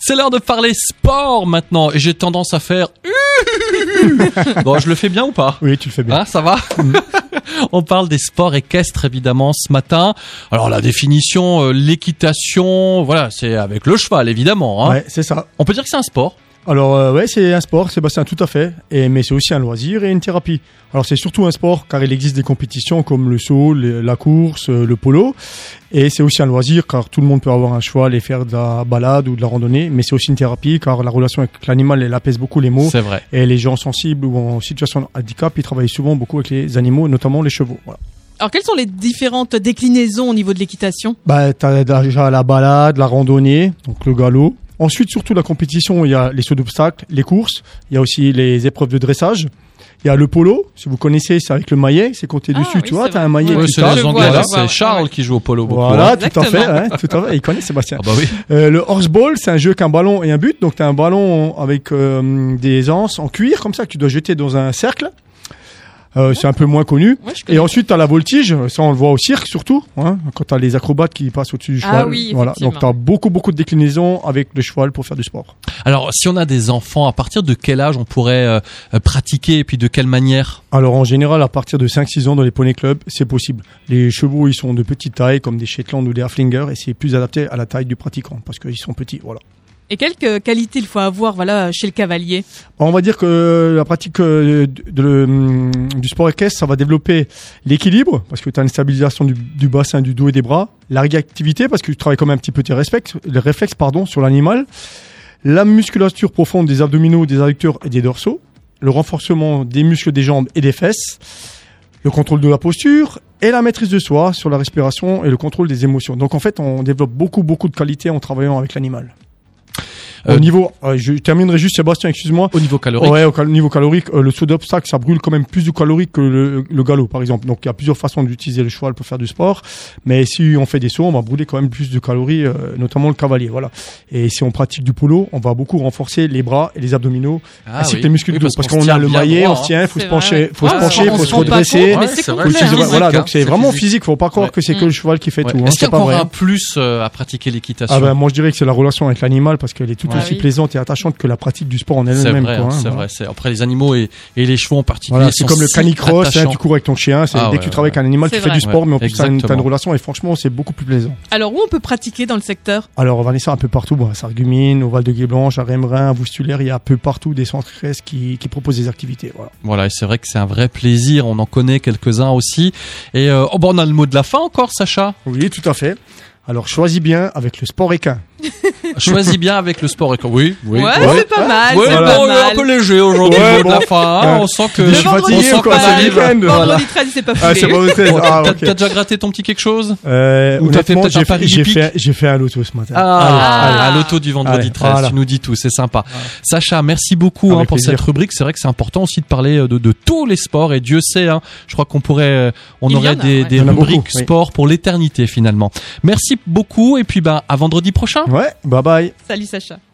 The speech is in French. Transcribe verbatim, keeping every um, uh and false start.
C'est l'heure de parler sport maintenant. Et j'ai tendance à faire... Bon, je le fais bien ou pas ? Oui, tu le fais bien. Hein, ça va ? On parle des sports équestres évidemment ce matin. Alors la définition, euh, l'équitation, voilà, c'est avec le cheval évidemment. Hein. Ouais, c'est ça. On peut dire que c'est un sport. Alors euh, ouais, c'est un sport, Sébastien, tout à fait. Et mais c'est aussi un loisir et une thérapie. Alors c'est surtout un sport car il existe des compétitions comme le saut, le, la course, euh, le polo. Et c'est aussi un loisir car tout le monde peut avoir un cheval et faire de la balade ou de la randonnée. Mais c'est aussi une thérapie car la relation avec l'animal, elle apaise beaucoup les mots. C'est vrai. Et les gens sensibles ou en situation de handicap, ils travaillent souvent beaucoup avec les animaux, notamment les chevaux. Voilà. Alors, quelles sont les différentes déclinaisons au niveau de l'équitation ? Bah, t'as déjà la balade, la randonnée, donc le galop. Ensuite, surtout la compétition, il y a les sauts d'obstacles, les courses. Il y a aussi les épreuves de dressage. Il y a le polo, si vous connaissez, c'est avec le maillet, c'est compté Ah, dessus, oui, tu vois, c'est t'as vrai. un maillet Oui, qui c'est tape. les Je Anglais, vois, là, je vois. c'est Charles Ouais. qui joue au polo beaucoup. Voilà, hein. tout à fait, hein, tout à fait. Il connaît Sébastien. Ah bah oui. Euh, le horseball, c'est un jeu qu'un ballon et un but. Donc, t'as un ballon avec euh, des anses en cuir, comme ça, que tu dois jeter dans un cercle. Euh, c'est un peu moins connu. Ouais, je connais. Et ensuite, t'as la voltige. Ça, on le voit au cirque, surtout. Hein, quand t'as les acrobates qui passent au-dessus du Ah cheval. oui, Voilà. effectivement. Donc, t'as beaucoup, beaucoup de déclinaisons avec le cheval pour faire du sport. Alors si on a des enfants, à partir de quel âge on pourrait euh, euh, pratiquer et puis de quelle manière ? Alors, en général, à partir de cinq six ans dans les poney clubs, c'est possible. Les chevaux, ils sont de petite taille, comme des Shetland ou des Haflinger, et c'est plus adapté à la taille du pratiquant, parce qu'ils sont petits, voilà. Et quelles qualités il faut avoir, voilà, chez le cavalier ? On va dire que la pratique euh, de, de- du sport équestre, ça va développer l'équilibre, parce que tu as une stabilisation du, du bassin, du dos et des bras, la réactivité, parce que tu travailles quand même un petit peu tes réflexes, les réflexes pardon, sur l'animal, la musculature profonde des abdominaux, des adducteurs et des dorsaux, le renforcement des muscles des jambes et des fesses, le contrôle de la posture et la maîtrise de soi sur la respiration et le contrôle des émotions. Donc en fait, on développe beaucoup, beaucoup de qualités en travaillant avec l'animal. Euh, Au niveau, euh, je terminerai juste, Sébastien, excuse-moi. Au niveau calorique ? Ouais, au cal- niveau calorique, euh, le saut d'obstacle, ça brûle quand même plus de calories que le, le galop, par exemple. Donc, il y a plusieurs façons d'utiliser le cheval pour faire du sport. Mais si on fait des sauts, on va brûler quand même plus de calories, euh, notamment le cavalier, voilà. Et si on pratique du polo, on va beaucoup renforcer les bras et les abdominaux, Ah ainsi oui. que les muscles Oui, du dos. parce Parce qu'on qu'on se a tient le bien maillet, droit, on se tient, faut C'est se pencher, vrai. faut se Ah, pencher, on faut se se rend pas redresser. compte, mais Ouais, c'est c'est vrai, Faut complet, c'est utiliser- hein. voilà, physique, donc c'est hein, vraiment c'est physique. physique. Faut pas croire Ouais. que c'est que le cheval qui fait Ouais. tout, hein. Est-ce qu'il y C'est a pas encore vrai. un hein. plus euh, à pratiquer l'équitation ? Ah ben, moi je dirais que c'est la relation avec l'animal parce qu'elle est tout Ouais, aussi oui. plaisante et attachante que la pratique du sport en C'est elle-même. vrai, quoi, hein, hein, c'est voilà. vrai. C'est après les animaux et, et les chevaux en particulier. Voilà, c'est sont comme le si canicross, hein, attachants. tu cours avec ton chien, c'est Ah dès ouais, que tu travailles ouais. avec un animal, C'est tu fais vrai. du sport, Ouais, mais en plus t'as une, t'as une exactement. relation et franchement c'est beaucoup plus plaisant. Alors, où on peut pratiquer dans le secteur ? Alors Vanessa, un peu partout, bon, à Sarreguemines, au Val de Guéblanche, à Rémerin, à Voustulaire, il y a un peu partout des centres équestres qui, qui proposent des activités. Voilà. Voilà, et c'est vrai que c'est un vrai plaisir. On en connaît quelques-uns aussi. Et euh, oh, bon, on a le mot de la fin encore, Sacha. Oui, tout à fait. Alors choisis bien avec le sport équin. Choisis bien avec le sport. Oui, oui. Ouais, oui. c'est pas mal, Ouais, c'est bon, pas il est un mal. peu léger aujourd'hui, Ouais, le mot de la bon. fin. hein. Ouais. On sent que Je suis on fatigué sent ou qu'on quoi, c'est arrive. le week-end. Voilà. Vendredi treize, c'est pas Ah, c'est foulé. pas vrai. Bon, Ah, t'as, ok. t'as déjà gratté ton petit quelque chose Euh, Ou t'as fait honnêtement, peut-être un j'ai pari fait, j'ai hippique fait, j'ai fait un loto ce matin. Ah, Ah. à l'auto du vendredi Allez, treize, voilà. tu nous dis tout, c'est sympa. Sacha, merci beaucoup Avec hein, pour plaisir. cette rubrique. C'est vrai que c'est important aussi de parler de, de tous les sports et Dieu sait, hein, je crois qu'on pourrait, euh, on Il y aurait en a, des, ouais. des Il y en a rubriques beaucoup, oui. sport pour l'éternité finalement. Merci beaucoup et puis ben à vendredi prochain. Ouais, bye bye. Salut Sacha.